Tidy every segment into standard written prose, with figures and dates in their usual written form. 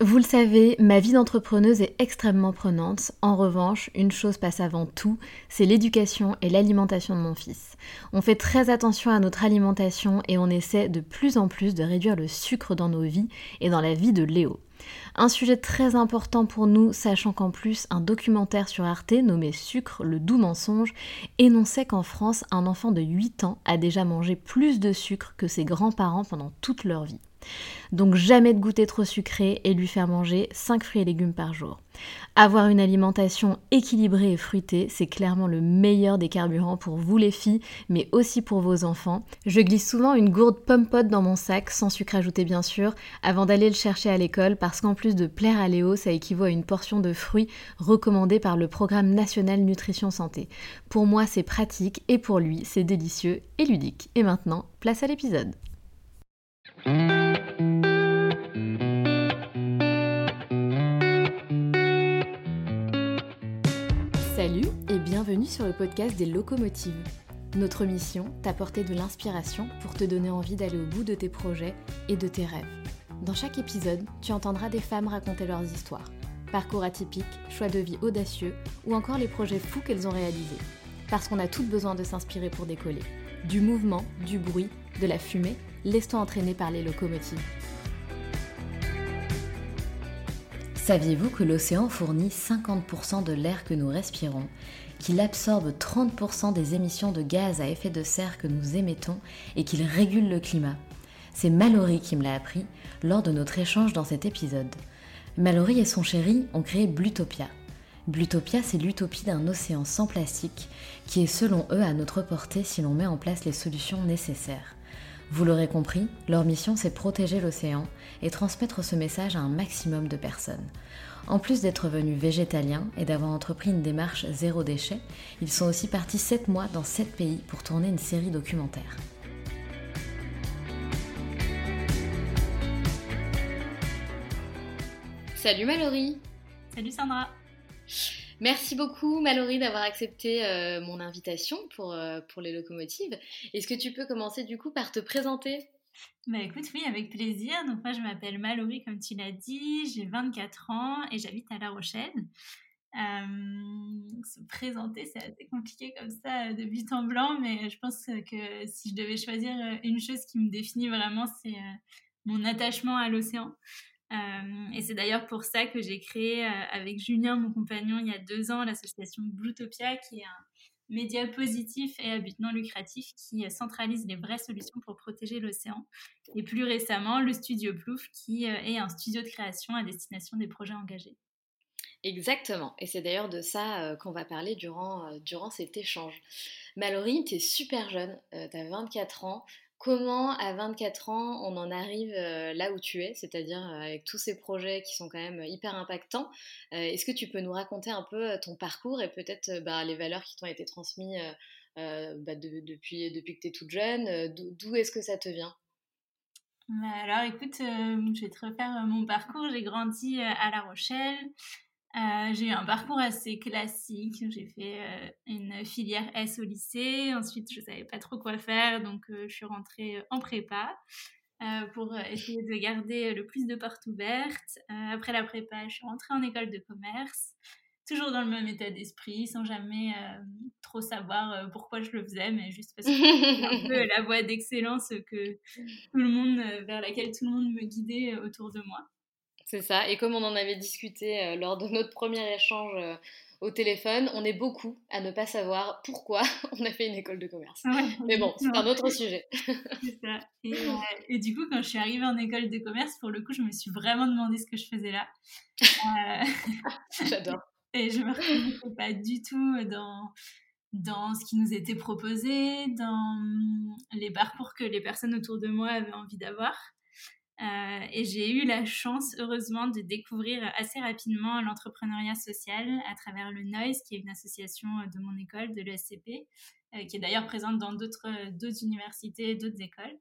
Vous le savez, ma vie d'entrepreneuse est extrêmement prenante. En revanche, une chose passe avant tout, c'est l'éducation et l'alimentation de mon fils. On fait très attention à notre alimentation et on essaie de plus en plus de réduire le sucre dans nos vies et dans la vie de Léo. Un sujet très important pour nous, sachant qu'en plus, un documentaire sur Arte nommé Sucre, le doux mensonge, énonçait qu'en France, un enfant de 8 ans a déjà mangé plus de sucre que ses grands-parents pendant toute leur vie. Donc jamais de goûter trop sucré et lui faire manger 5 fruits et légumes par jour. Avoir une alimentation équilibrée et fruitée, c'est clairement le meilleur des carburants pour vous les filles, mais aussi pour vos enfants. Je glisse souvent une gourde pomme-pote dans mon sac, sans sucre ajouté bien sûr, avant d'aller le chercher à l'école, parce qu'en plus de plaire à Léo, ça équivaut à une portion de fruits recommandée par le Programme national nutrition santé. Pour moi, c'est pratique et pour lui, c'est délicieux et ludique. Et maintenant, place à l'épisode. Salut et bienvenue sur le podcast des locomotives. Notre mission, t'apporter de l'inspiration pour te donner envie d'aller au bout de tes projets et de tes rêves. Dans chaque épisode, tu entendras des femmes raconter leurs histoires, parcours atypiques, choix de vie audacieux ou encore les projets fous qu'elles ont réalisés. Parce qu'on a toutes besoin de s'inspirer pour décoller. Du mouvement, du bruit, de la fumée, laisse-toi entraîner par les locomotives. Saviez-vous que l'océan fournit 50% de l'air que nous respirons, qu'il absorbe 30% des émissions de gaz à effet de serre que nous émettons et qu'il régule le climat ? C'est Mallory qui me l'a appris lors de notre échange dans cet épisode. Mallory et son chéri ont créé Blutopia. Blutopia, c'est l'utopie d'un océan sans plastique qui est selon eux à notre portée si l'on met en place les solutions nécessaires. Vous l'aurez compris, leur mission c'est protéger l'océan et transmettre ce message à un maximum de personnes. En plus d'être venus végétaliens et d'avoir entrepris une démarche zéro déchet, ils sont aussi partis 7 mois dans 7 pays pour tourner une série documentaire. Salut Mallory. Salut Sandra. Merci beaucoup Mallory d'avoir accepté mon invitation pour les locomotives. Est-ce que tu peux commencer du coup par te présenter ? Bah écoute, oui, avec plaisir. Donc moi je m'appelle Mallory comme tu l'as dit, j'ai 24 ans et j'habite à La Rochelle. Se présenter c'est assez compliqué comme ça de but en blanc, mais je pense que si je devais choisir une chose qui me définit vraiment, c'est mon attachement à l'océan. Et c'est d'ailleurs pour ça que j'ai créé avec Julien, mon compagnon, il y a 2 ans, l'association Blutopia, qui est un média positif et à but non lucratif qui centralise les vraies solutions pour protéger l'océan. Et plus récemment, le studio Plouf, qui est un studio de création à destination des projets engagés. Exactement, et c'est d'ailleurs de ça qu'on va parler durant cet échange. Mallory, tu es super jeune, tu as 24 ans. Comment à 24 ans on en arrive là où tu es, c'est-à-dire avec tous ces projets qui sont quand même hyper impactants. Est-ce que tu peux nous raconter un peu ton parcours et peut-être les valeurs qui t'ont été transmises depuis que tu es toute jeune, d'où est-ce que ça te vient ? Alors écoute, je vais te refaire mon parcours. J'ai grandi à La Rochelle. J'ai eu un parcours assez classique. J'ai fait une filière S au lycée. Ensuite, je savais pas trop quoi faire, donc je suis rentrée en prépa pour essayer de garder le plus de portes ouvertes. Après la prépa, je suis rentrée en école de commerce, toujours dans le même état d'esprit, sans jamais trop savoir pourquoi je le faisais, mais juste parce que c'était un peu la voie d'excellence vers laquelle tout le monde me guidait autour de moi. C'est ça, et comme on en avait discuté lors de notre premier échange au téléphone, on est beaucoup à ne pas savoir pourquoi on a fait une école de commerce. Ouais, Mais bon, c'est un autre sujet. c'est ça. Et du coup, quand je suis arrivée en école de commerce, pour le coup, je me suis vraiment demandé ce que je faisais là. Euh, J'adore. et je me reconnaissais pas du tout dans ce qui nous était proposé, dans les parcours que les personnes autour de moi avaient envie d'avoir. Et j'ai eu la chance, heureusement, de découvrir assez rapidement l'entrepreneuriat social à travers le Noise, qui est une association de mon école, de l'ESCP, qui est d'ailleurs présente dans d'autres universités, d'autres écoles.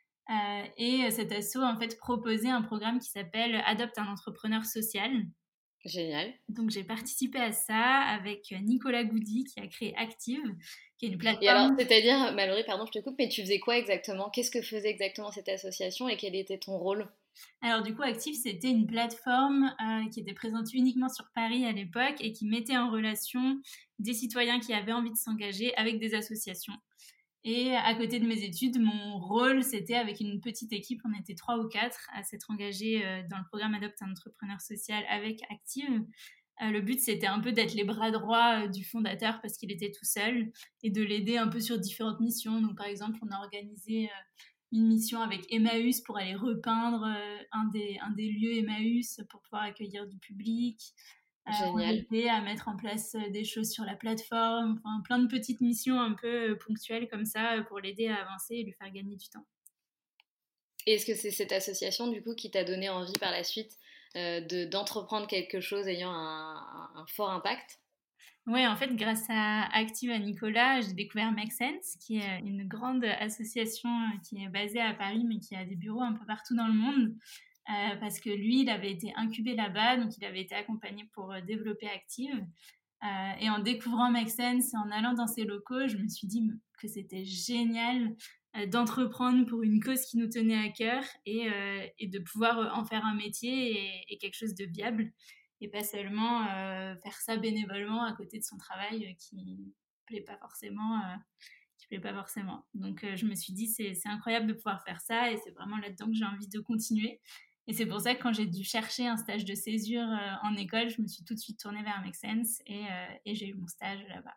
Et cet asso, en fait, proposait un programme qui s'appelle Adopte un entrepreneur social. Génial. Donc, j'ai participé à ça avec Nicolas Goudy, qui a créé Active, qui est une plateforme... Et alors, c'est-à-dire, Mallory, pardon, je te coupe, mais tu faisais quoi exactement ? Qu'est-ce que faisait exactement cette association et quel était ton rôle ? Alors du coup, Active, c'était une plateforme qui était présente uniquement sur Paris à l'époque et qui mettait en relation des citoyens qui avaient envie de s'engager avec des associations. Et à côté de mes études, mon rôle, c'était avec une petite équipe, on était 3 ou 4 à s'être engagés dans le programme Adopte un entrepreneur social avec Active. Le but, c'était un peu d'être les bras droits du fondateur parce qu'il était tout seul et de l'aider un peu sur différentes missions. Donc, par exemple, on a organisé une mission avec Emmaüs pour aller repeindre un des lieux Emmaüs pour pouvoir accueillir du public. On Génial. aidait à mettre en place des choses sur la plateforme, enfin, plein de petites missions un peu ponctuelles comme ça pour l'aider à avancer et lui faire gagner du temps. Et est-ce que c'est cette association du coup qui t'a donné envie par la suite d'entreprendre quelque chose ayant un fort impact? Oui, en fait, grâce à Active à Nicolas, j'ai découvert Make Sense, qui est une grande association qui est basée à Paris, mais qui a des bureaux un peu partout dans le monde. Parce que lui, il avait été incubé là-bas, donc il avait été accompagné pour développer Active. Et en découvrant Make Sense et en allant dans ses locaux, je me suis dit que c'était génial d'entreprendre pour une cause qui nous tenait à cœur et de pouvoir en faire un métier et quelque chose de viable et pas seulement faire ça bénévolement à côté de son travail qui plaît pas forcément. Qui plaît pas forcément. Donc je me suis dit c'est incroyable de pouvoir faire ça et c'est vraiment là-dedans que j'ai envie de continuer. Et c'est pour ça que quand j'ai dû chercher un stage de césure en école, je me suis tout de suite tournée vers Make Sense et j'ai eu mon stage là-bas.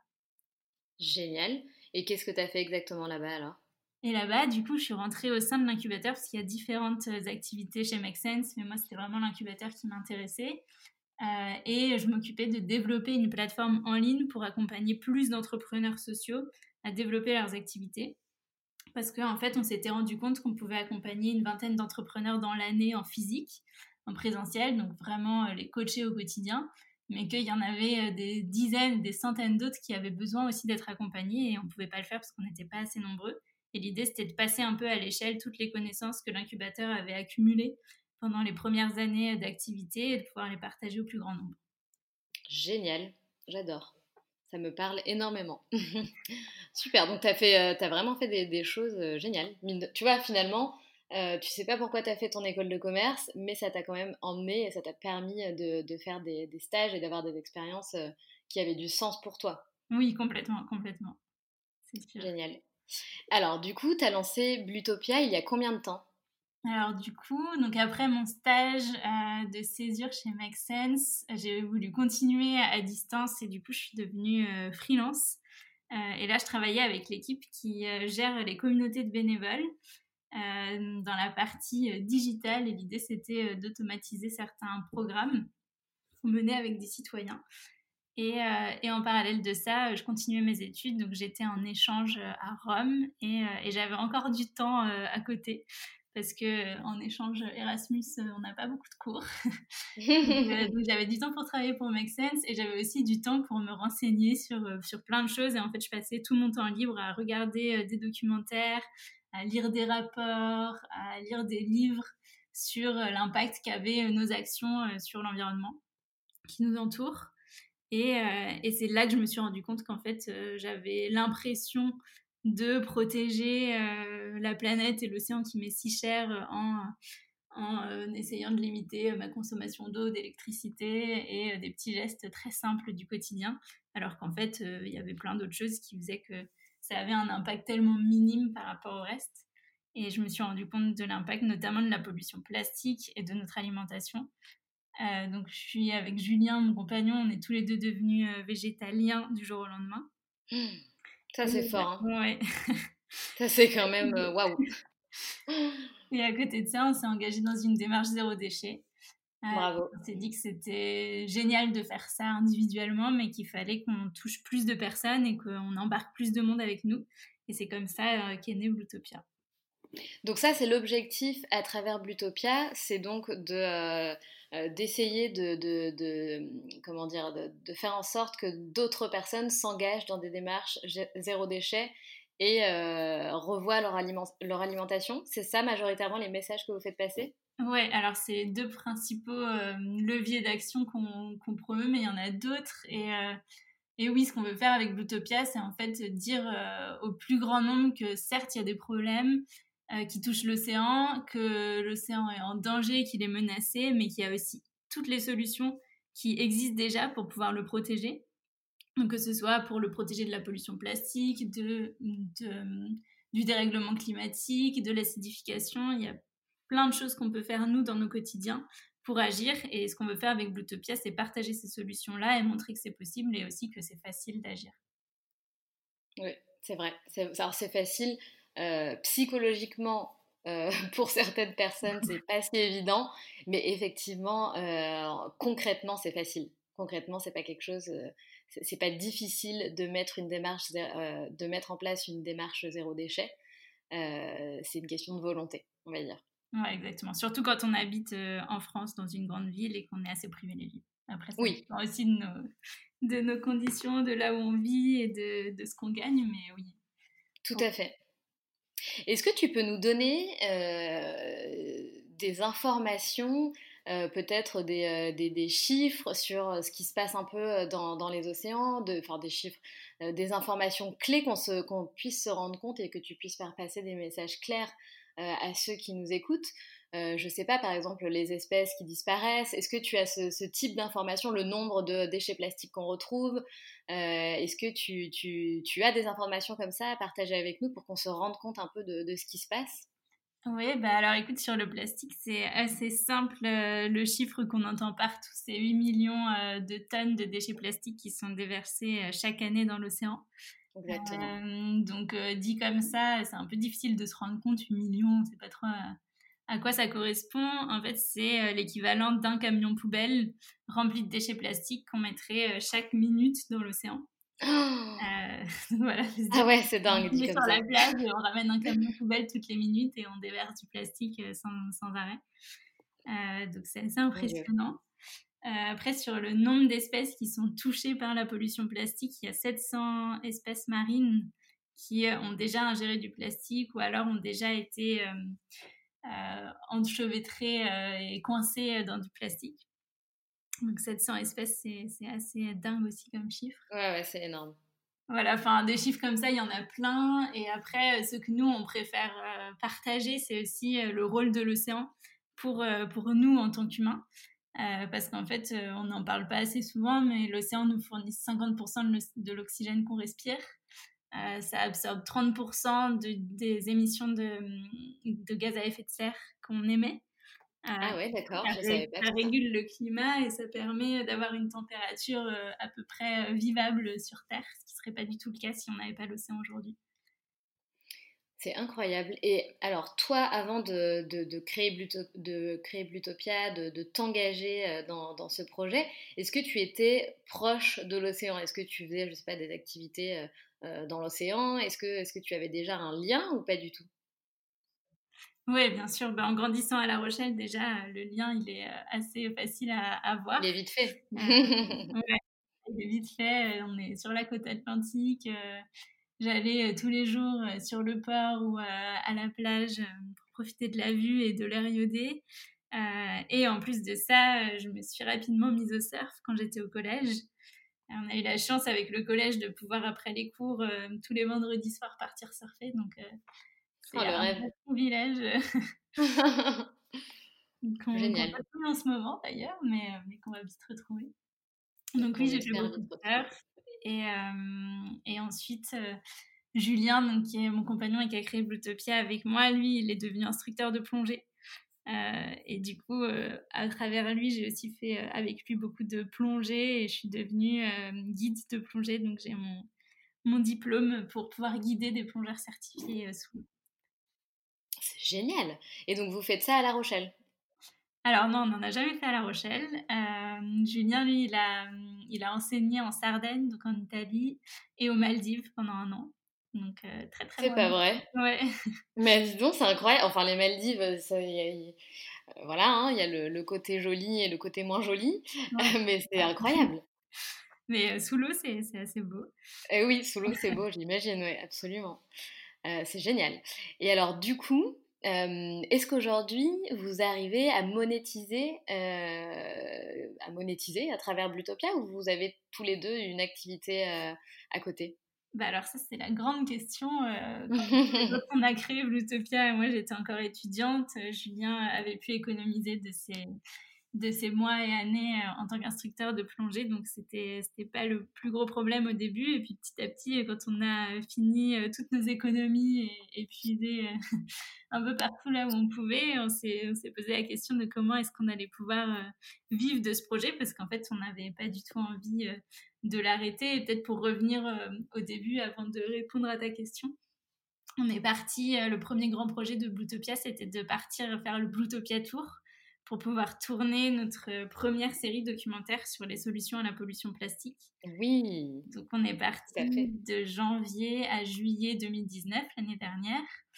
Génial. Et qu'est-ce que tu as fait exactement là-bas alors? Et là-bas, du coup, je suis rentrée au sein de l'incubateur parce qu'il y a différentes activités chez Make Sense, mais moi, c'était vraiment l'incubateur qui m'intéressait. Et je m'occupais de développer une plateforme en ligne pour accompagner plus d'entrepreneurs sociaux à développer leurs activités. Parce qu'en fait, on s'était rendu compte qu'on pouvait accompagner une vingtaine d'entrepreneurs dans l'année en physique, en présentiel, donc vraiment les coacher au quotidien, mais qu'il y en avait des dizaines, des centaines d'autres qui avaient besoin aussi d'être accompagnés et on ne pouvait pas le faire parce qu'on n'était pas assez nombreux. Et l'idée, c'était de passer un peu à l'échelle toutes les connaissances que l'incubateur avait accumulées pendant les premières années d'activité et de pouvoir les partager au plus grand nombre. Génial, j'adore. Ça me parle énormément. Super, donc t'as vraiment fait des choses géniales. Tu vois, finalement, tu sais pas pourquoi t'as fait ton école de commerce, mais ça t'a quand même emmené et ça t'a permis de faire des stages et d'avoir des expériences qui avaient du sens pour toi. Oui, complètement, complètement, c'est sûr. Génial. Alors, du coup, t'as lancé Blutopia il y a combien de temps? Alors du coup, donc après mon stage de césure chez Make Sense, j'ai voulu continuer à distance et du coup je suis devenue freelance. Et là je travaillais avec l'équipe qui gère les communautés de bénévoles dans la partie digitale et l'idée c'était d'automatiser certains programmes menés avec des citoyens. Et en parallèle de ça, je continuais mes études, donc j'étais en échange à Rome et j'avais encore du temps à côté parce que en échange Erasmus, on n'a pas beaucoup de cours. Donc j'avais du temps pour travailler pour Make Sense et j'avais aussi du temps pour me renseigner sur plein de choses. Et en fait, je passais tout mon temps libre à regarder des documentaires, à lire des rapports, à lire des livres sur l'impact qu'avaient nos actions sur l'environnement qui nous entoure. Et c'est là que je me suis rendu compte qu'en fait, j'avais l'impression de protéger la planète et l'océan qui m'est si cher en essayant de limiter ma consommation d'eau, d'électricité et des petits gestes très simples du quotidien. Alors qu'en fait, il y avait plein d'autres choses qui faisaient que ça avait un impact tellement minime par rapport au reste. Et je me suis rendu compte de l'impact notamment de la pollution plastique et de notre alimentation. Donc je suis avec Julien, mon compagnon, on est tous les deux devenus végétaliens du jour au lendemain. Ça, c'est fort, hein. Ouais. Ça, c'est quand même waouh. Et à côté de ça, on s'est engagé dans une démarche zéro déchet. Bravo. On s'est dit que c'était génial de faire ça individuellement, mais qu'il fallait qu'on touche plus de personnes et qu'on embarque plus de monde avec nous. Et c'est comme ça qu'est né Bluetopia. Donc ça, c'est l'objectif à travers Blutopia, c'est donc d'essayer comment dire, de faire en sorte que d'autres personnes s'engagent dans des démarches zéro déchet et revoient leur alimentation. C'est ça majoritairement les messages que vous faites passer? Ouais, alors c'est deux principaux leviers d'action qu'on promeut, mais il y en a d'autres. Et oui, ce qu'on veut faire avec Bluetopia, c'est en fait dire au plus grand nombre que certes, il y a des problèmes, qui touche l'océan, que l'océan est en danger, qu'il est menacé, mais qu'il y a aussi toutes les solutions qui existent déjà pour pouvoir le protéger. Donc, que ce soit pour le protéger de la pollution plastique, du dérèglement climatique, de l'acidification. Il y a plein de choses qu'on peut faire, nous, dans nos quotidiens pour agir. Et ce qu'on veut faire avec Bluetopia, c'est partager ces solutions-là et montrer que c'est possible et aussi que c'est facile d'agir. Oui, c'est vrai. Alors, c'est facile psychologiquement. Pour certaines personnes, c'est pas si évident, mais effectivement, concrètement, c'est facile. Concrètement, c'est pas quelque chose, c'est pas difficile de mettre de mettre en place une démarche zéro déchet. C'est une question de volonté, on va dire. Ouais, exactement. Surtout quand on habite en France, dans une grande ville et qu'on est assez privilégié. Après, ça Oui, dépend aussi de nos conditions, de là où on vit et de ce qu'on gagne, mais oui. tout à fait. Est-ce que tu peux nous donner des informations, peut-être des chiffres sur ce qui se passe un peu dans les océans, enfin des chiffres, des informations clés qu'on puisse se rendre compte et que tu puisses faire passer des messages clairs à ceux qui nous écoutent? Je ne sais pas, par exemple, les espèces qui disparaissent. Est-ce que tu as ce type d'informations, le nombre de déchets plastiques qu'on retrouve? Est-ce que tu as des informations comme ça à partager avec nous pour qu'on se rende compte un peu de ce qui se passe? Oui, bah alors écoute, sur le plastique, c'est assez simple. Le chiffre qu'on entend partout, c'est 8 millions de tonnes de déchets plastiques qui sont déversés chaque année dans l'océan. Exactement. Donc, dit comme ça, c'est un peu difficile de se rendre compte. 8 millions, on ne sait pas trop à quoi ça correspond. En fait, c'est l'équivalent d'un camion poubelle rempli de déchets plastiques qu'on mettrait chaque minute dans l'océan. Voilà, faut se dire Ah ouais, c'est dingue on dit est comme sur la ça. plage et on ramène un camion poubelle toutes les minutes et on déverse du plastique sans arrêt. Donc c'est assez Mon Dieu. impressionnant. Après, sur le nombre d'espèces qui sont touchées par la pollution plastique, il y a 700 espèces marines qui ont déjà ingéré du plastique ou alors ont déjà été enchevêtrées et coincées dans du plastique. Donc 700 espèces, c'est assez dingue aussi comme chiffre. Ouais, ouais, c'est énorme. Voilà, enfin, des chiffres comme ça, il y en a plein. Et après, ce que nous, on préfère partager, c'est aussi le rôle de l'océan pour nous en tant qu'humains. Parce qu'en fait, on n'en parle pas assez souvent, mais l'océan nous fournit 50% de l'oxygène qu'on respire. Ça absorbe 30% des émissions de gaz à effet de serre qu'on émet. Ah ouais, d'accord, Ça, je savais pas ça tout ça. régule le climat et ça permet d'avoir une température à peu près vivable sur Terre, ce qui serait pas du tout le cas si on n'avait pas l'océan aujourd'hui. C'est incroyable. Et alors, toi, avant de créer Blutopia, de t'engager dans ce projet, est-ce que tu étais proche de l'océan? Est-ce que tu faisais, je sais pas, des activités dans l'océan? Est-ce que tu avais déjà un lien ou pas du tout? Oui, bien sûr. Ben, en grandissant à La Rochelle, déjà, le lien, il est assez facile à voir. Il est vite fait. Euh, ouais, il est vite fait. On est sur la côte atlantique. J'allais tous les jours sur le port ou à la plage pour profiter de la vue et de l'air iodé. Et en plus de ça, je me suis rapidement mise au surf quand j'étais au collège. On a eu la chance avec le collège de pouvoir, après les cours, tous les vendredis soirs partir surfer. Donc, Oh, c'est le un rêve. vrai privilège qu'on Génial. n'a plus en ce moment d'ailleurs, mais qu'on va vite retrouver. Et Donc oui, qu'on j'ai fait espère beaucoup vite de retrouver. surf. Et ensuite, Julien, donc, qui est mon compagnon et qui a créé Bluetopia avec moi, lui, il est devenu instructeur de plongée. Et du coup, à travers lui, j'ai aussi fait avec lui beaucoup de plongée et je suis devenue guide de plongée. Donc j'ai mon diplôme pour pouvoir guider des plongeurs certifiés sous l'eau. C'est génial. Et donc, vous faites ça à La Rochelle? Alors non, on n'en a jamais fait à La Rochelle. Julien, lui, il a enseigné en Sardaigne, donc en Italie, et aux Maldives pendant un an. Donc très très C'est loin. pas vrai. Ouais. Mais dis donc, c'est incroyable. Enfin, les Maldives, voilà, hein, il y a le côté joli et le côté moins joli, Ouais. mais c'est incroyable. Mais sous l'eau, c'est assez beau. Et oui, sous l'eau, c'est beau, j'imagine, oui, absolument. C'est génial. Et alors, du coup, est-ce qu'aujourd'hui, vous arrivez à monétiser à travers Blutopia ou vous avez tous les deux une activité à côté? Bah alors ça, c'est la grande question. Quand on a créé Bluetopia, moi j'étais encore étudiante, Julien avait pu économiser de ses mois et années en tant qu'instructeur de plongée, donc c'était pas le plus gros problème au début. Et puis petit à petit, quand on a fini toutes nos économies et épuisé un peu partout là où on pouvait, on s'est posé la question de comment est-ce qu'on allait pouvoir vivre de ce projet, parce qu'en fait, on n'avait pas du tout envie de l'arrêter. Et peut-être pour revenir au début, avant de répondre à ta question, on est parti, le premier grand projet de Bluetopia, c'était de partir faire le Bluetopia Tour pour pouvoir tourner notre première série documentaire sur les solutions à la pollution plastique. Oui, Donc on est tout à fait. parti de janvier à juillet 2019, l'année dernière.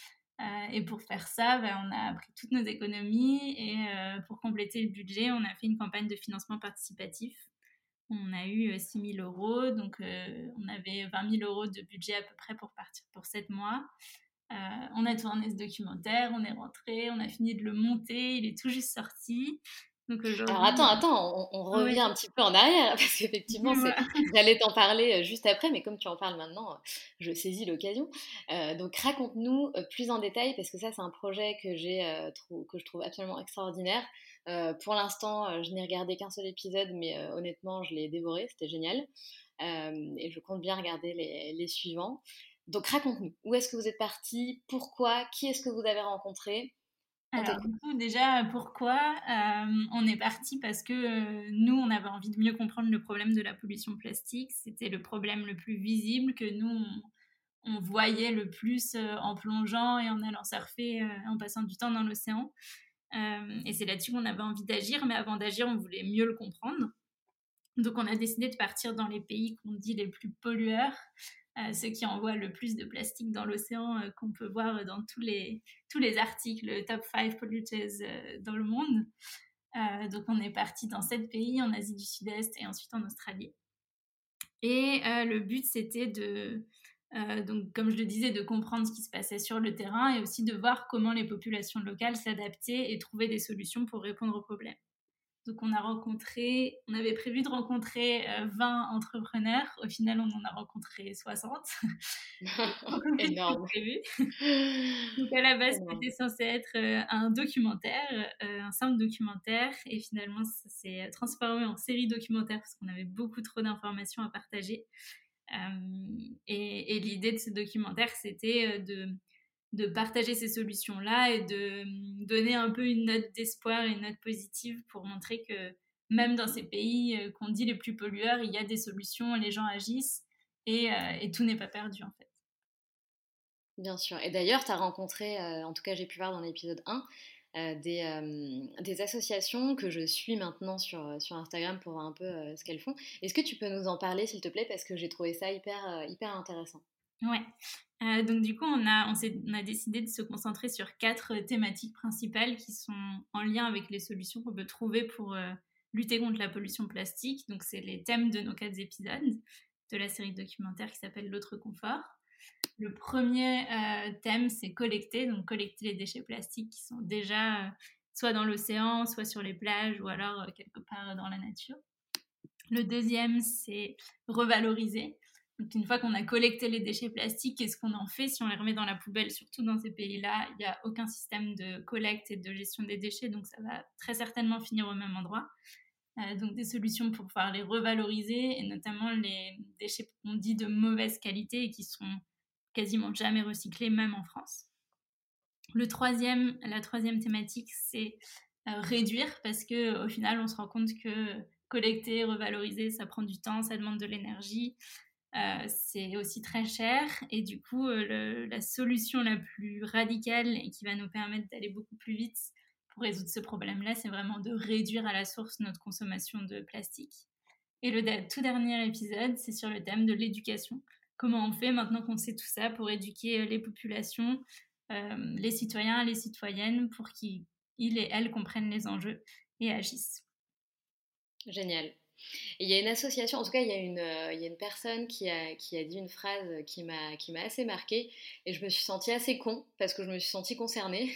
Et pour faire ça, on a pris toutes nos économies et pour compléter le budget, on a fait une campagne de financement participatif. On a eu 6 000 euros, donc on avait 20 000 euros de budget à peu près pour partir pour 7 mois. On a tourné ce documentaire, on est rentré, on a fini de le monter, il est tout juste sorti. Donc Alors aujourd'hui, attends, on revient oui, un petit peu en arrière, parce qu'effectivement, dis-moi. j'allais t'en parler juste après, mais comme tu en parles maintenant, je saisis l'occasion. Donc raconte-nous plus en détail, parce que ça, c'est un projet que je trouve absolument extraordinaire. Pour l'instant, je n'ai regardé qu'un seul épisode, mais honnêtement, je l'ai dévoré, c'était génial. Et je compte bien regarder les suivants. Donc raconte-nous, où est-ce que vous êtes parti? Pourquoi? Qui est-ce que vous avez rencontré? On Alors, t'écoute. du coup, déjà, pourquoi on est parti? Parce que nous, on avait envie de mieux comprendre le problème de la pollution plastique. C'était le problème le plus visible que nous, on voyait le plus en plongeant et en allant surfer, en passant du temps dans l'océan. Et c'est là-dessus qu'on avait envie d'agir, mais avant d'agir, on voulait mieux le comprendre. Donc, on a décidé de partir dans les pays qu'on dit les plus pollueurs, ceux qui envoient le plus de plastique dans l'océan, qu'on peut voir dans tous les articles top 5 polluters dans le monde. Donc, on est parti dans 7 pays en Asie du Sud-Est et ensuite en Australie. Et le but, c'était donc, comme je le disais, de comprendre ce qui se passait sur le terrain et aussi de voir comment les populations locales s'adaptaient et trouvaient des solutions pour répondre aux problèmes. Donc on avait prévu de rencontrer 20 entrepreneurs. Au final, on en a rencontré 60. Beaucoup plus que Énorme. prévu. Donc à la base, Énorme. c'était censé être un documentaire, un simple documentaire. Et finalement, ça s'est transformé en série documentaire parce qu'on avait beaucoup trop d'informations à partager. Et l'idée de ce documentaire, c'était de partager ces solutions-là et de donner un peu une note d'espoir et une note positive pour montrer que même dans ces pays qu'on dit les plus pollueurs, il y a des solutions, les gens agissent et tout n'est pas perdu en fait. Bien sûr. Et d'ailleurs, tu as rencontré, en tout cas j'ai pu voir dans l'épisode 1, des associations que je suis maintenant sur Instagram pour voir un peu ce qu'elles font. Est-ce que tu peux nous en parler, s'il te plaît, parce que j'ai trouvé ça hyper intéressant. Ouais. Donc du coup, on a décidé de se concentrer sur 4 thématiques principales qui sont en lien avec les solutions qu'on peut trouver pour lutter contre la pollution plastique. Donc c'est les thèmes de nos 4 épisodes de la série documentaire qui s'appelle L'autre confort. Le premier thème, c'est collecter, donc collecter les déchets plastiques qui sont déjà soit dans l'océan, soit sur les plages ou alors quelque part dans la nature. Le deuxième, c'est revaloriser. Donc, une fois qu'on a collecté les déchets plastiques, qu'est-ce qu'on en fait si on les remet dans la poubelle? Surtout dans ces pays-là, il n'y a aucun système de collecte et de gestion des déchets, donc ça va très certainement finir au même endroit. Donc des solutions pour pouvoir les revaloriser, et notamment les déchets qu'on dit de mauvaise qualité et qui sont quasiment jamais recyclés, même en France. La troisième thématique, c'est réduire, parce que au final, on se rend compte que collecter, revaloriser, ça prend du temps, ça demande de l'énergie, c'est aussi très cher. Et du coup, la solution la plus radicale et qui va nous permettre d'aller beaucoup plus vite pour résoudre ce problème-là, c'est vraiment de réduire à la source notre consommation de plastique. Et le tout dernier épisode, c'est sur le thème de l'éducation. Comment on fait maintenant qu'on sait tout ça pour éduquer les populations, les citoyens, les citoyennes, pour qu'ils et elles comprennent les enjeux et agissent. Génial. Et il y a une association, en tout cas, il y a une personne qui a dit une phrase qui m'a assez marquée et je me suis sentie assez con parce que je me suis sentie concernée.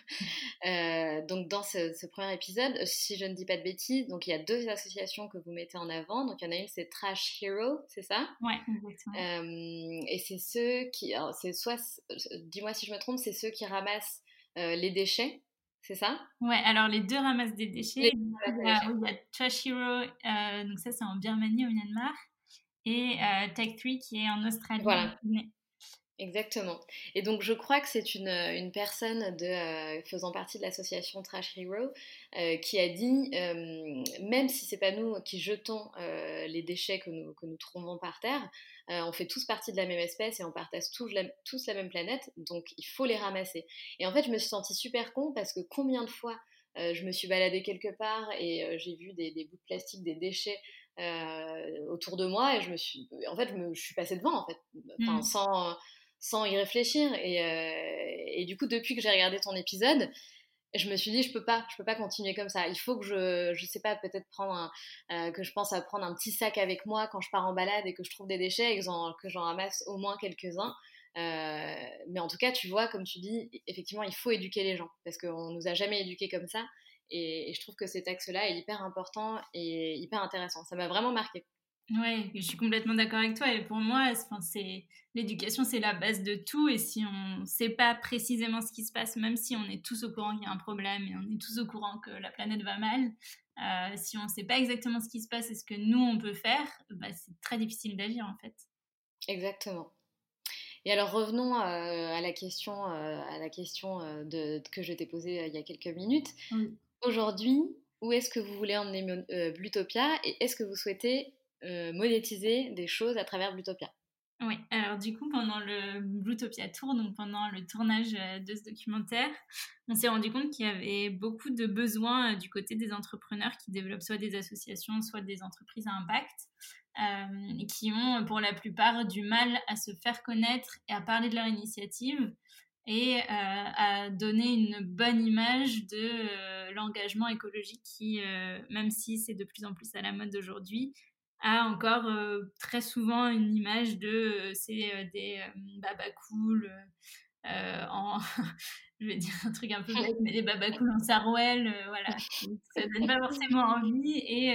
Donc, dans ce premier épisode, si je ne dis pas de bêtises, donc il y a deux associations que vous mettez en avant. Donc, il y en a une, c'est Trash Hero, c'est ça? Ouais, exactement. Et c'est ceux qui, alors, c'est soit, dis-moi si je me trompe, c'est ceux qui ramassent les déchets, c'est ça? Ouais, alors les deux ramassent des Les déchets. deux Il ramassent y les a, déchets. oui, il y a Trash Hero, donc ça c'est en Birmanie, au Myanmar, et Tech3 qui est en Australie. Voilà. Exactement. Et donc, je crois que c'est une personne faisant partie de l'association Trash Hero qui a dit, même si c'est pas nous qui jetons les déchets que nous trouvons par terre, on fait tous partie de la même espèce et on partage tous la même planète, donc il faut les ramasser. Et en fait, je me suis sentie super con parce que combien de fois je me suis baladée quelque part et j'ai vu des bouts de plastique, des déchets autour de moi et en fait, je suis passée devant en fait, enfin Mm. sans y réfléchir. Et du coup, depuis que j'ai regardé ton épisode, je me suis dit, je peux pas continuer comme ça. Il faut que je sais pas, peut-être que je pense à prendre un petit sac avec moi quand je pars en balade et que je trouve des déchets et que j'en ramasse au moins quelques-uns. Mais en tout cas, tu vois, comme tu dis, effectivement, il faut éduquer les gens parce qu'on nous a jamais éduqués comme ça. Et je trouve que cet axe-là est hyper important et hyper intéressant. Ça m'a vraiment marqué. Ouais, je suis complètement d'accord avec toi. Et pour moi, enfin, l'éducation, c'est la base de tout. Et si on ne sait pas précisément ce qui se passe, même si on est tous au courant qu'il y a un problème et on est tous au courant que la planète va mal, si on ne sait pas exactement ce qui se passe et ce que nous on peut faire, bah, c'est très difficile d'agir en fait. Exactement. Et alors revenons à la question que je t'ai posée il y a quelques minutes. Oui. Aujourd'hui, où est-ce que vous voulez emmener Blutopia et est-ce que vous souhaitez monétiser des choses à travers Blutopia? Oui, alors du coup, pendant le Bluetopia Tour, donc pendant le tournage de ce documentaire, on s'est rendu compte qu'il y avait beaucoup de besoins du côté des entrepreneurs qui développent soit des associations, soit des entreprises à impact, et qui ont pour la plupart du mal à se faire connaître et à parler de leur initiative et à donner une bonne image de l'engagement écologique qui, même si c'est de plus en plus à la mode aujourd'hui, a encore très souvent une image de c'est des babas cool en je vais dire un truc un peu bête mais des babas cool en sarouel voilà ça donne pas forcément envie et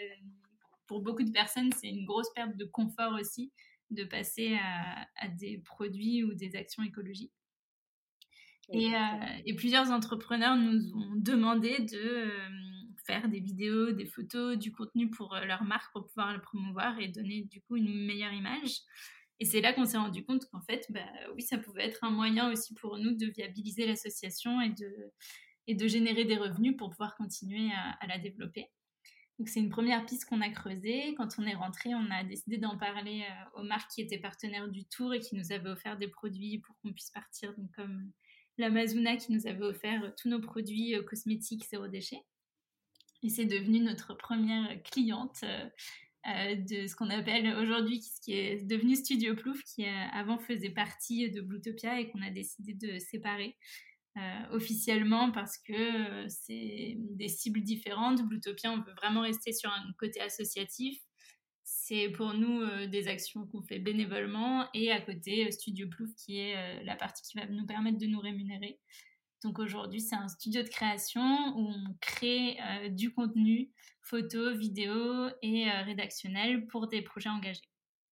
pour beaucoup de personnes c'est une grosse perte de confort aussi de passer à des produits ou des actions écologiques Exactement. et plusieurs entrepreneurs nous ont demandé de faire des vidéos, des photos, du contenu pour leur marque pour pouvoir le promouvoir et donner du coup une meilleure image. Et c'est là qu'on s'est rendu compte qu'en fait, bah, oui, ça pouvait être un moyen aussi pour nous de viabiliser l'association et de générer des revenus pour pouvoir continuer à la développer. Donc c'est une première piste qu'on a creusée. Quand on est rentré, on a décidé d'en parler aux marques qui étaient partenaires du tour et qui nous avaient offert des produits pour qu'on puisse partir, donc comme l'Amazona qui nous avait offert tous nos produits cosmétiques zéro déchet. Et c'est devenu notre première cliente de ce qu'on appelle aujourd'hui, ce qui est devenu Studio Plouf, qui avant faisait partie de Bluetopia et qu'on a décidé de séparer officiellement parce que c'est des cibles différentes. Bluetopia, on veut vraiment rester sur un côté associatif. C'est pour nous des actions qu'on fait bénévolement et à côté Studio Plouf qui est la partie qui va nous permettre de nous rémunérer. Donc aujourd'hui, c'est un studio de création où on crée du contenu, photo, vidéo et rédactionnel pour des projets engagés.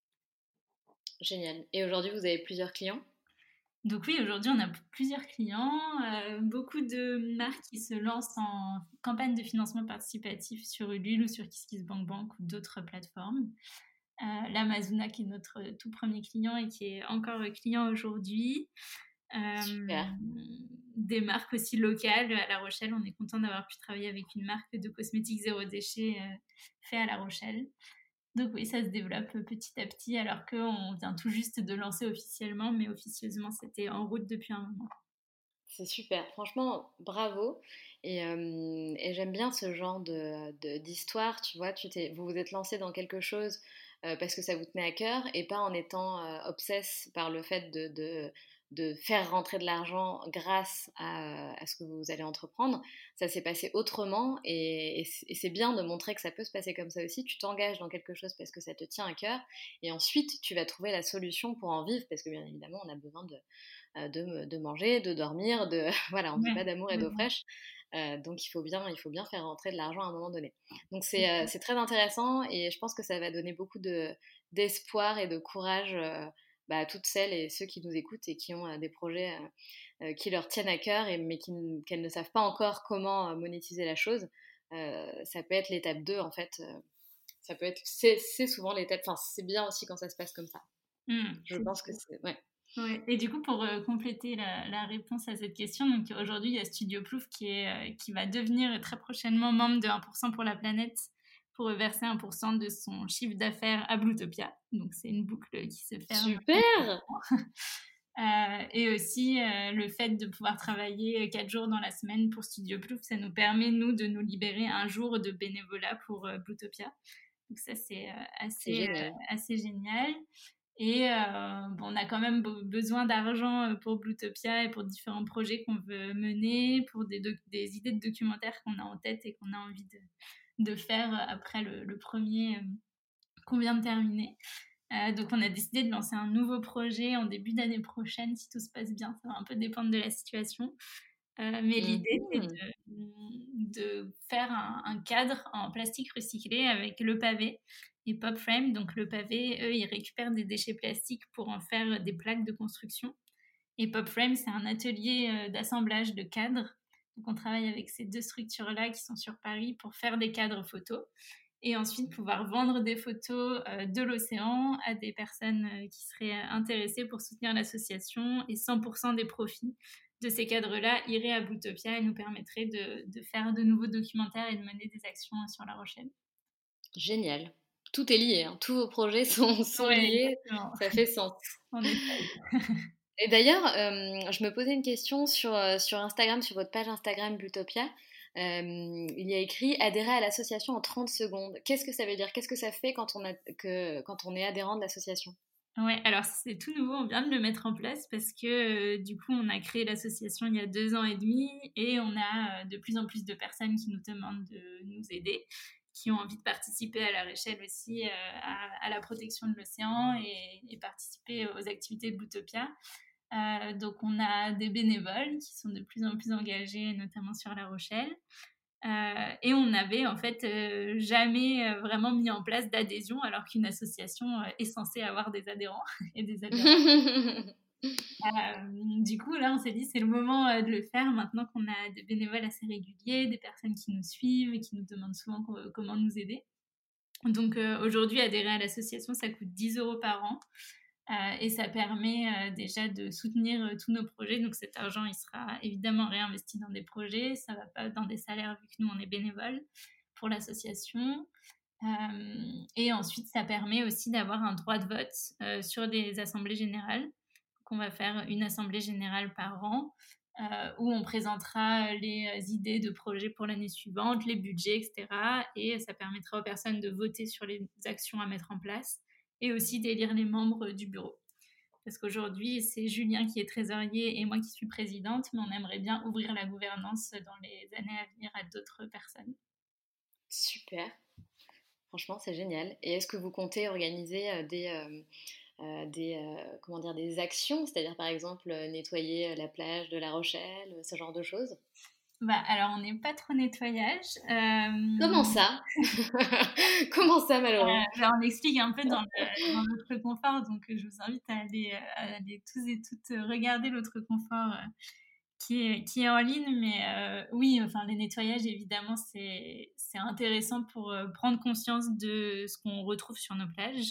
Génial. Et aujourd'hui, vous avez plusieurs clients? Donc oui, aujourd'hui, on a plusieurs clients, beaucoup de marques qui se lancent en campagne de financement participatif sur Ulule ou sur KissKissBankBank ou d'autres plateformes. L'Amazona qui est notre tout premier client et qui est encore client aujourd'hui. Super. Des marques aussi locales. À La Rochelle, on est content d'avoir pu travailler avec une marque de cosmétiques zéro déchet fait à La Rochelle. Donc oui, ça se développe petit à petit alors qu'on vient tout juste de lancer officiellement, mais officieusement c'était en route depuis un moment. C'est super. Franchement, bravo. Et j'aime bien ce genre d'histoire. Tu vois, vous vous êtes lancé dans quelque chose parce que ça vous tenait à cœur et pas en étant obsesse par le fait de faire rentrer de l'argent grâce à ce que vous allez entreprendre. Ça s'est passé autrement et c'est bien de montrer que ça peut se passer comme ça aussi. Tu t'engages dans quelque chose parce que ça te tient à cœur et ensuite tu vas trouver la solution pour en vivre parce que bien évidemment on a besoin de manger, de dormir, voilà, on ne vit Ouais, pas d'amour et d'eau complètement. fraîche. Donc il faut bien faire rentrer de l'argent à un moment donné. Donc c'est très intéressant et je pense que ça va donner beaucoup d'espoir et de courage à toutes celles et ceux qui nous écoutent et qui ont des projets qui leur tiennent à cœur mais qu'elles ne savent pas encore comment monétiser la chose. Ça peut être l'étape 2 en fait. Ça peut être, c'est souvent l'étape, enfin c'est bien aussi quand ça se passe comme ça. Je C'est pense que sûr. c'est, ouais. Ouais. Et du coup, pour compléter la réponse à cette question, donc aujourd'hui, il y a Studio Plouf qui va devenir très prochainement membre de 1% pour la planète pour verser 1% de son chiffre d'affaires à Bluetopia. Donc c'est une boucle qui se ferme. Super. Et aussi, le fait de pouvoir travailler 4 jours dans la semaine pour Studio Plouf, ça nous permet, nous, de nous libérer un jour de bénévolat pour Bluetopia. Donc ça, c'est C'est génial. assez génial. Et bon, on a quand même besoin d'argent pour Bluetopia et pour différents projets qu'on veut mener, pour des idées de documentaires qu'on a en tête et qu'on a envie de faire après le premier qu'on vient de terminer. Donc on a décidé de lancer un nouveau projet en début d'année prochaine, si tout se passe bien. Ça va un peu dépendre de la situation. Mais l'idée, c'est Mhm. de faire un cadre en plastique recyclé avec le pavé et PopFrame. Donc le pavé, eux, ils récupèrent des déchets plastiques pour en faire des plaques de construction. Et PopFrame, c'est un atelier d'assemblage de cadres. Donc on travaille avec ces deux structures-là qui sont sur Paris pour faire des cadres photos et ensuite pouvoir vendre des photos de l'océan à des personnes qui seraient intéressées pour soutenir l'association et 100% des profits de ces cadres-là iraient à Bluetopia et nous permettraient de faire de nouveaux documentaires et de mener des actions sur La Rochelle. Génial. Tout est lié, hein. Tous vos projets sont Ouais, liés, exactement. ça fait sens. On essaye. Et d'ailleurs, je me posais une question sur Instagram, sur votre page Instagram Butopia. Il y a écrit adhérer à l'association en 30 secondes. Qu'est-ce que ça veut dire? Qu'est-ce que ça fait quand on est adhérent de l'association? Ouais, alors c'est tout nouveau, on vient de le mettre en place parce que du coup on a créé l'association il y a 2 ans et demi et on a de plus en plus de personnes qui nous demandent de nous aider, qui ont envie de participer à la Réchelle aussi, à la protection de l'océan et participer aux activités de Bluetopia. Donc on a des bénévoles qui sont de plus en plus engagés, notamment sur La Rochelle. Et on n'avait en fait jamais vraiment mis en place d'adhésion alors qu'une association est censée avoir des adhérents et des adhérents. Du coup, là, on s'est dit c'est le moment de le faire maintenant qu'on a des bénévoles assez réguliers, des personnes qui nous suivent et qui nous demandent souvent comment nous aider. Donc aujourd'hui, adhérer à l'association, ça coûte 10 euros par an. Et ça permet déjà de soutenir tous nos projets. Donc cet argent, il sera évidemment réinvesti dans des projets. Ça ne va pas dans des salaires vu que nous, on est bénévoles pour l'association. Et ensuite, ça permet aussi d'avoir un droit de vote sur des assemblées générales. Donc on va faire une assemblée générale par an où on présentera les idées de projets pour l'année suivante, les budgets, etc. Et ça permettra aux personnes de voter sur les actions à mettre en place et aussi d'élire les membres du bureau. Parce qu'aujourd'hui, c'est Julien qui est trésorier et moi qui suis présidente, mais on aimerait bien ouvrir la gouvernance dans les années à venir à d'autres personnes. Super. Franchement, c'est génial. Et est-ce que vous comptez organiser comment dire, des actions, c'est-à-dire par exemple nettoyer la plage de La Rochelle, ce genre de choses? Bah, alors, on n'est pas trop nettoyage. Comment ça? Comment ça, Mallory? Ben, on explique un peu dans l'autre confort, donc je vous invite à aller tous et toutes regarder l'autre confort qui est en ligne. Mais oui, enfin, les nettoyages, évidemment, c'est intéressant pour prendre conscience de ce qu'on retrouve sur nos plages.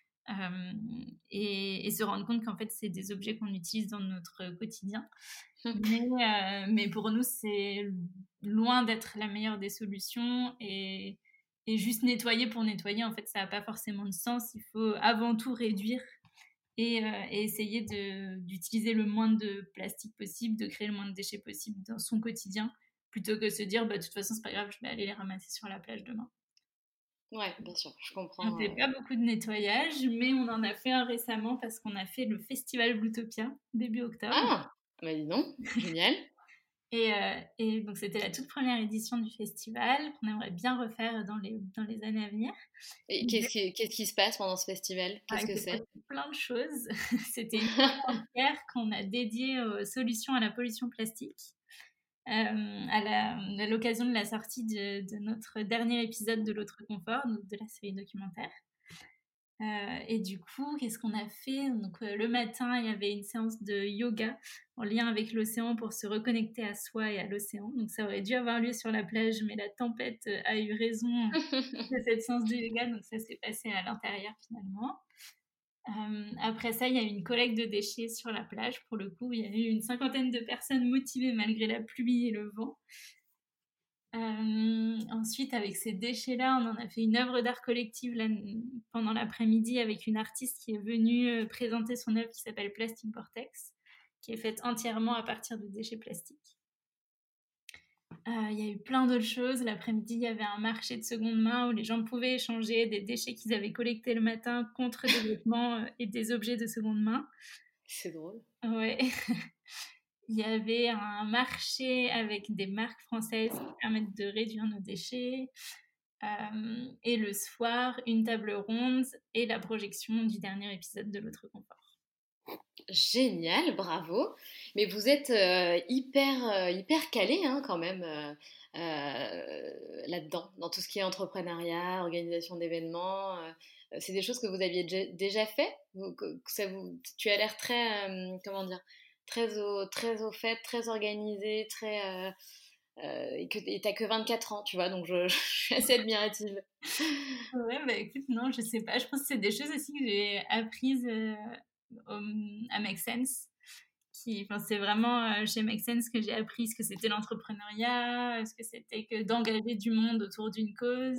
Et se rendre compte qu'en fait, c'est des objets qu'on utilise dans notre quotidien. Mais pour nous, c'est loin d'être la meilleure des solutions. Et juste nettoyer pour nettoyer, en fait, ça n'a pas forcément de sens. Il faut avant tout réduire et essayer d'utiliser le moins de plastique possible, de créer le moins de déchets possible dans son quotidien, plutôt que se dire, bah, de toute façon, c'est pas grave, je vais aller les ramasser sur la plage demain. Ouais, bien sûr, je On comprends. fait pas beaucoup de nettoyage, mais on en a fait un récemment parce qu'on a fait le festival Bluetopia début octobre. Ah! Bah, dis donc, génial. Et donc c'était la toute première édition du festival qu'on aimerait bien refaire dans les années à venir. Et L'idée, qu'est-ce qui se passe pendant ce festival? Qu'est-ce il que s'est c'est? passé plein de choses. C'était une journée entière qu'on a dédiée aux solutions à la pollution plastique. À l'occasion de la sortie de notre dernier épisode de l'Autre Confort, donc de la série documentaire. Et du coup, qu'est-ce qu'on a fait? Donc, le matin, il y avait une séance de yoga en lien avec l'océan pour se reconnecter à soi et à l'océan. Donc, ça aurait dû avoir lieu sur la plage, mais la tempête a eu raison de cette séance de yoga, donc ça s'est passé à l'intérieur finalement. Après ça, il y a eu une collecte de déchets sur la plage. Pour le coup, il y a eu une cinquantaine de personnes motivées malgré la pluie et le vent. Ensuite, avec ces déchets-là, on en a fait une œuvre d'art collective là, pendant l'après-midi avec une artiste qui est venue présenter son œuvre qui s'appelle Plastic Vortex, qui est faite entièrement à partir de déchets plastiques. Il y a eu plein d'autres choses. L'après-midi, il y avait un marché de seconde main où les gens pouvaient échanger des déchets qu'ils avaient collectés le matin contre des vêtements et des objets de seconde main. C'est drôle. Ouais. Il y avait un marché avec des marques françaises qui permettent de réduire nos déchets. Et le soir, une table ronde et la projection du dernier épisode de l'Autre Confort. Génial, bravo. Mais vous êtes hyper calé hein, quand même là-dedans, dans tout ce qui est entrepreneuriat, organisation d'événements. C'est des choses que vous aviez déjà fait tu as l'air très, comment dire, très au fait, très organisé, et t'as que 24 ans, tu vois, donc je suis assez admirative. Ouais, bah écoute, non, je sais pas. Je pense que c'est des choses aussi que j'ai apprises à Make Sense. Enfin, c'est vraiment chez Make Sense que j'ai appris ce que c'était l'entrepreneuriat, ce que c'était que d'engager du monde autour d'une cause.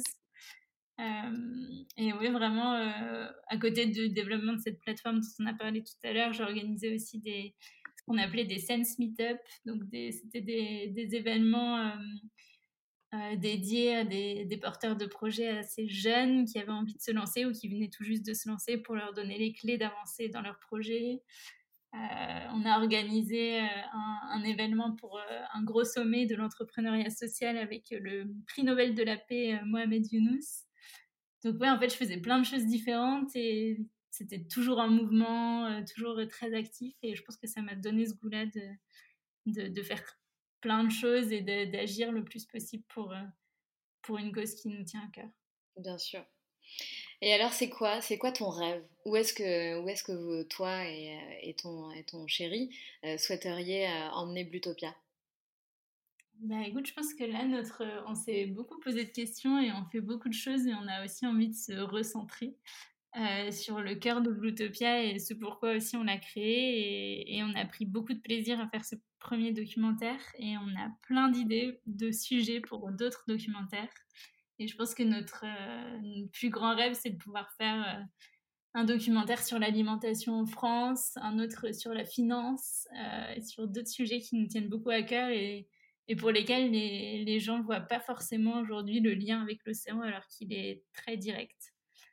Et oui, vraiment, à côté du développement de cette plateforme dont on a parlé tout à l'heure, j'ai organisé aussi ce qu'on appelait des Sense Meetup. Donc, c'était des événements dédiés à des porteurs de projets assez jeunes qui avaient envie de se lancer ou qui venaient tout juste de se lancer pour leur donner les clés d'avancer dans leur projet. On a organisé un événement pour un gros sommet de l'entrepreneuriat social avec le prix Nobel de la paix Mohamed Younous. Donc ouais, en fait, je faisais plein de choses différentes et c'était toujours en mouvement, toujours très actif. Et je pense que ça m'a donné ce goût-là de faire plein de choses et d'agir le plus possible pour une cause qui nous tient à cœur. Bien sûr. Et alors, c'est quoi ton rêve? Où est-ce que toi et ton chéri souhaiteriez emmener Blutopia? Bah écoute, je pense que là, on s'est beaucoup posé de questions et on fait beaucoup de choses et on a aussi envie de se recentrer sur le cœur de Bluetopia et ce pourquoi aussi on l'a créé. Et on a pris beaucoup de plaisir à faire ce premier documentaire et on a plein d'idées de sujets pour d'autres documentaires. Et je pense que notre plus grand rêve, c'est de pouvoir faire un documentaire sur l'alimentation en France, un autre sur la finance, et sur d'autres sujets qui nous tiennent beaucoup à cœur et pour lesquels les gens ne voient pas forcément aujourd'hui le lien avec l'océan alors qu'il est très direct.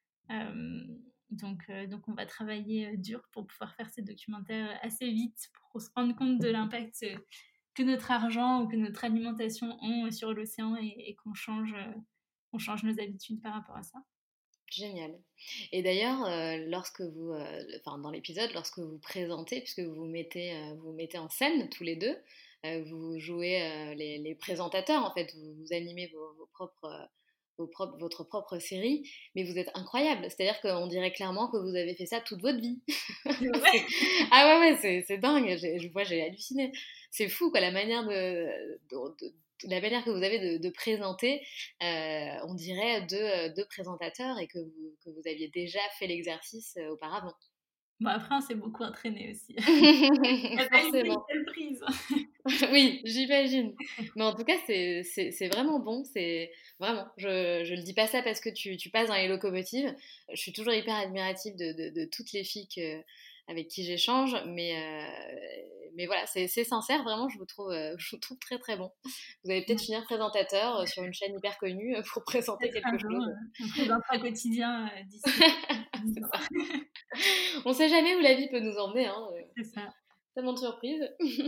Donc on va travailler dur pour pouvoir faire ces documentaires assez vite pour se rendre compte de l'impact que notre argent ou que notre alimentation ont sur l'océan et qu'on change nos habitudes par rapport à ça. Génial. Et d'ailleurs, enfin dans l'épisode, lorsque vous présentez, puisque vous mettez en scène tous les deux, vous jouez les présentateurs en fait, vous animez votre propre série, mais vous êtes incroyable. C'est-à-dire qu'on dirait clairement que vous avez fait ça toute votre vie. C'est- Ouais. Ah ouais, ouais, c'est dingue. J'ai halluciné. C'est fou, quoi, la manière que vous avez de présenter. On dirait deux présentateurs et que vous aviez déjà fait l'exercice auparavant. Bon, après, on s'est beaucoup entraîné aussi. Il n'y a pas été une Forcément. seule prise. Oui, j'imagine. Mais en tout cas, c'est vraiment bon. C'est vraiment. Je le dis pas ça parce que tu passes dans les locomotives. Je suis toujours hyper admirative de toutes les filles avec qui j'échange. mais voilà, c'est sincère, vraiment, je vous trouve très très bon. Vous allez peut-être finir présentateur sur une chaîne hyper connue pour présenter Peut-être quelque un jour, chose. on présentera quotidien d'ici 10 ans. On sait jamais où la vie peut nous emmener, hein. C'est ça. Tellement de surprises.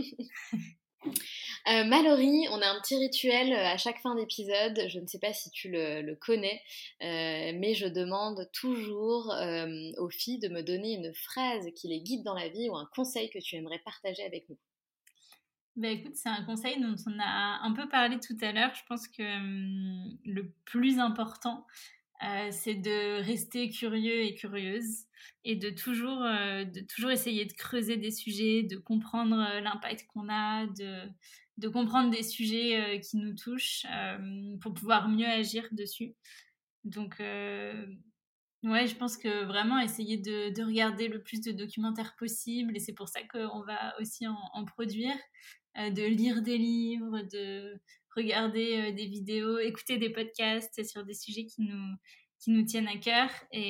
Mallory, on a un petit rituel à chaque fin d'épisode, je ne sais pas si tu le connais, mais je demande toujours aux filles de me donner une phrase qui les guide dans la vie ou un conseil que tu aimerais partager avec nous. Bah écoute, c'est un conseil dont on a un peu parlé tout à l'heure. Je pense que le plus important, c'est de rester curieux et curieuse et de toujours essayer de creuser des sujets, de comprendre l'impact qu'on a, de comprendre des sujets qui nous touchent pour pouvoir mieux agir dessus. Donc, ouais, je pense que vraiment essayer de regarder le plus de documentaires possible et c'est pour ça qu'on va aussi en produire, de lire des livres, de regarder des vidéos, écouter des podcasts sur des sujets qui nous tiennent à cœur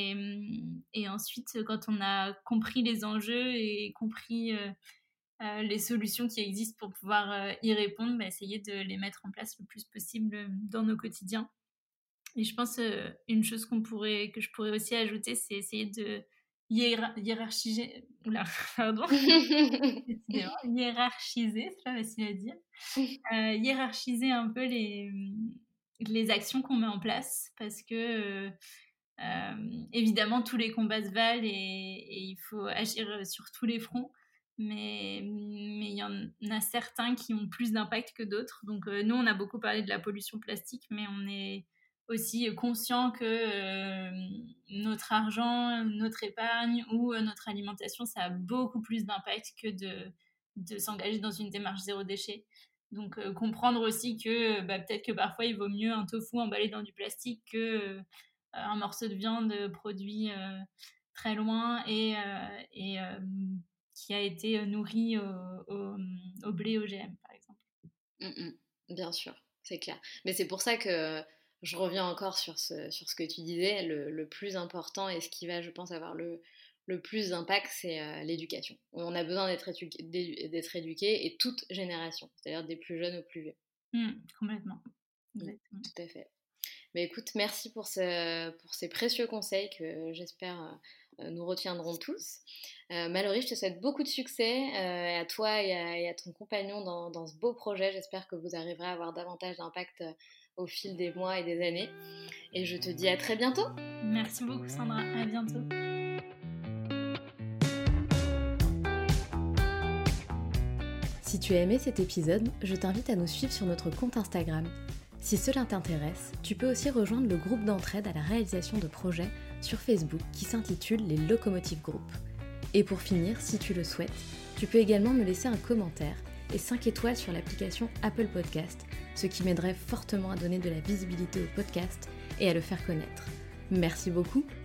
et ensuite quand on a compris les enjeux et compris les solutions qui existent pour pouvoir y répondre, bah, essayer de les mettre en place le plus possible dans nos quotidiens. Et je pense une chose que je pourrais aussi ajouter, c'est essayer de hiérarchiser. Oula, pardon. Décidément, hiérarchiser, c'est pas facile à dire. Hiérarchiser un peu les actions qu'on met en place parce que évidemment tous les combats se valent et il faut agir sur tous les fronts. Mais il y en a certains qui ont plus d'impact que d'autres. Donc nous, on a beaucoup parlé de la pollution plastique, mais on est aussi conscient que notre argent, notre épargne ou notre alimentation, ça a beaucoup plus d'impact que de s'engager dans une démarche zéro déchet. Donc comprendre aussi que peut-être que parfois il vaut mieux un tofu emballé dans du plastique que un morceau de viande produit très loin et qui a été nourri au blé OGM, par exemple. Bien sûr, c'est clair. Mais c'est pour ça que je reviens encore sur ce que tu disais. Le plus important et ce qui va, je pense, avoir le plus d'impact, c'est l'éducation. On a besoin d'être éduqué et toute génération, c'est-à-dire des plus jeunes aux plus vieux. Complètement. Exactement. Tout à fait. Mais écoute, merci pour ces précieux conseils que j'espère nous retiendrons tous. Mallory, je te souhaite beaucoup de succès à toi et à ton compagnon dans ce beau projet. J'espère que vous arriverez à avoir davantage d'impact au fil des mois et des années. Et je te dis à très bientôt. Merci beaucoup Sandra, à bientôt. Si tu as aimé cet épisode, je t'invite à nous suivre sur notre compte Instagram. Si cela t'intéresse, tu peux aussi rejoindre le groupe d'entraide à la réalisation de projets sur Facebook qui s'intitule les Locomotive Group. Et pour finir, si tu le souhaites, tu peux également me laisser un commentaire et 5 étoiles sur l'application Apple Podcast, ce qui m'aiderait fortement à donner de la visibilité au podcast et à le faire connaître. Merci beaucoup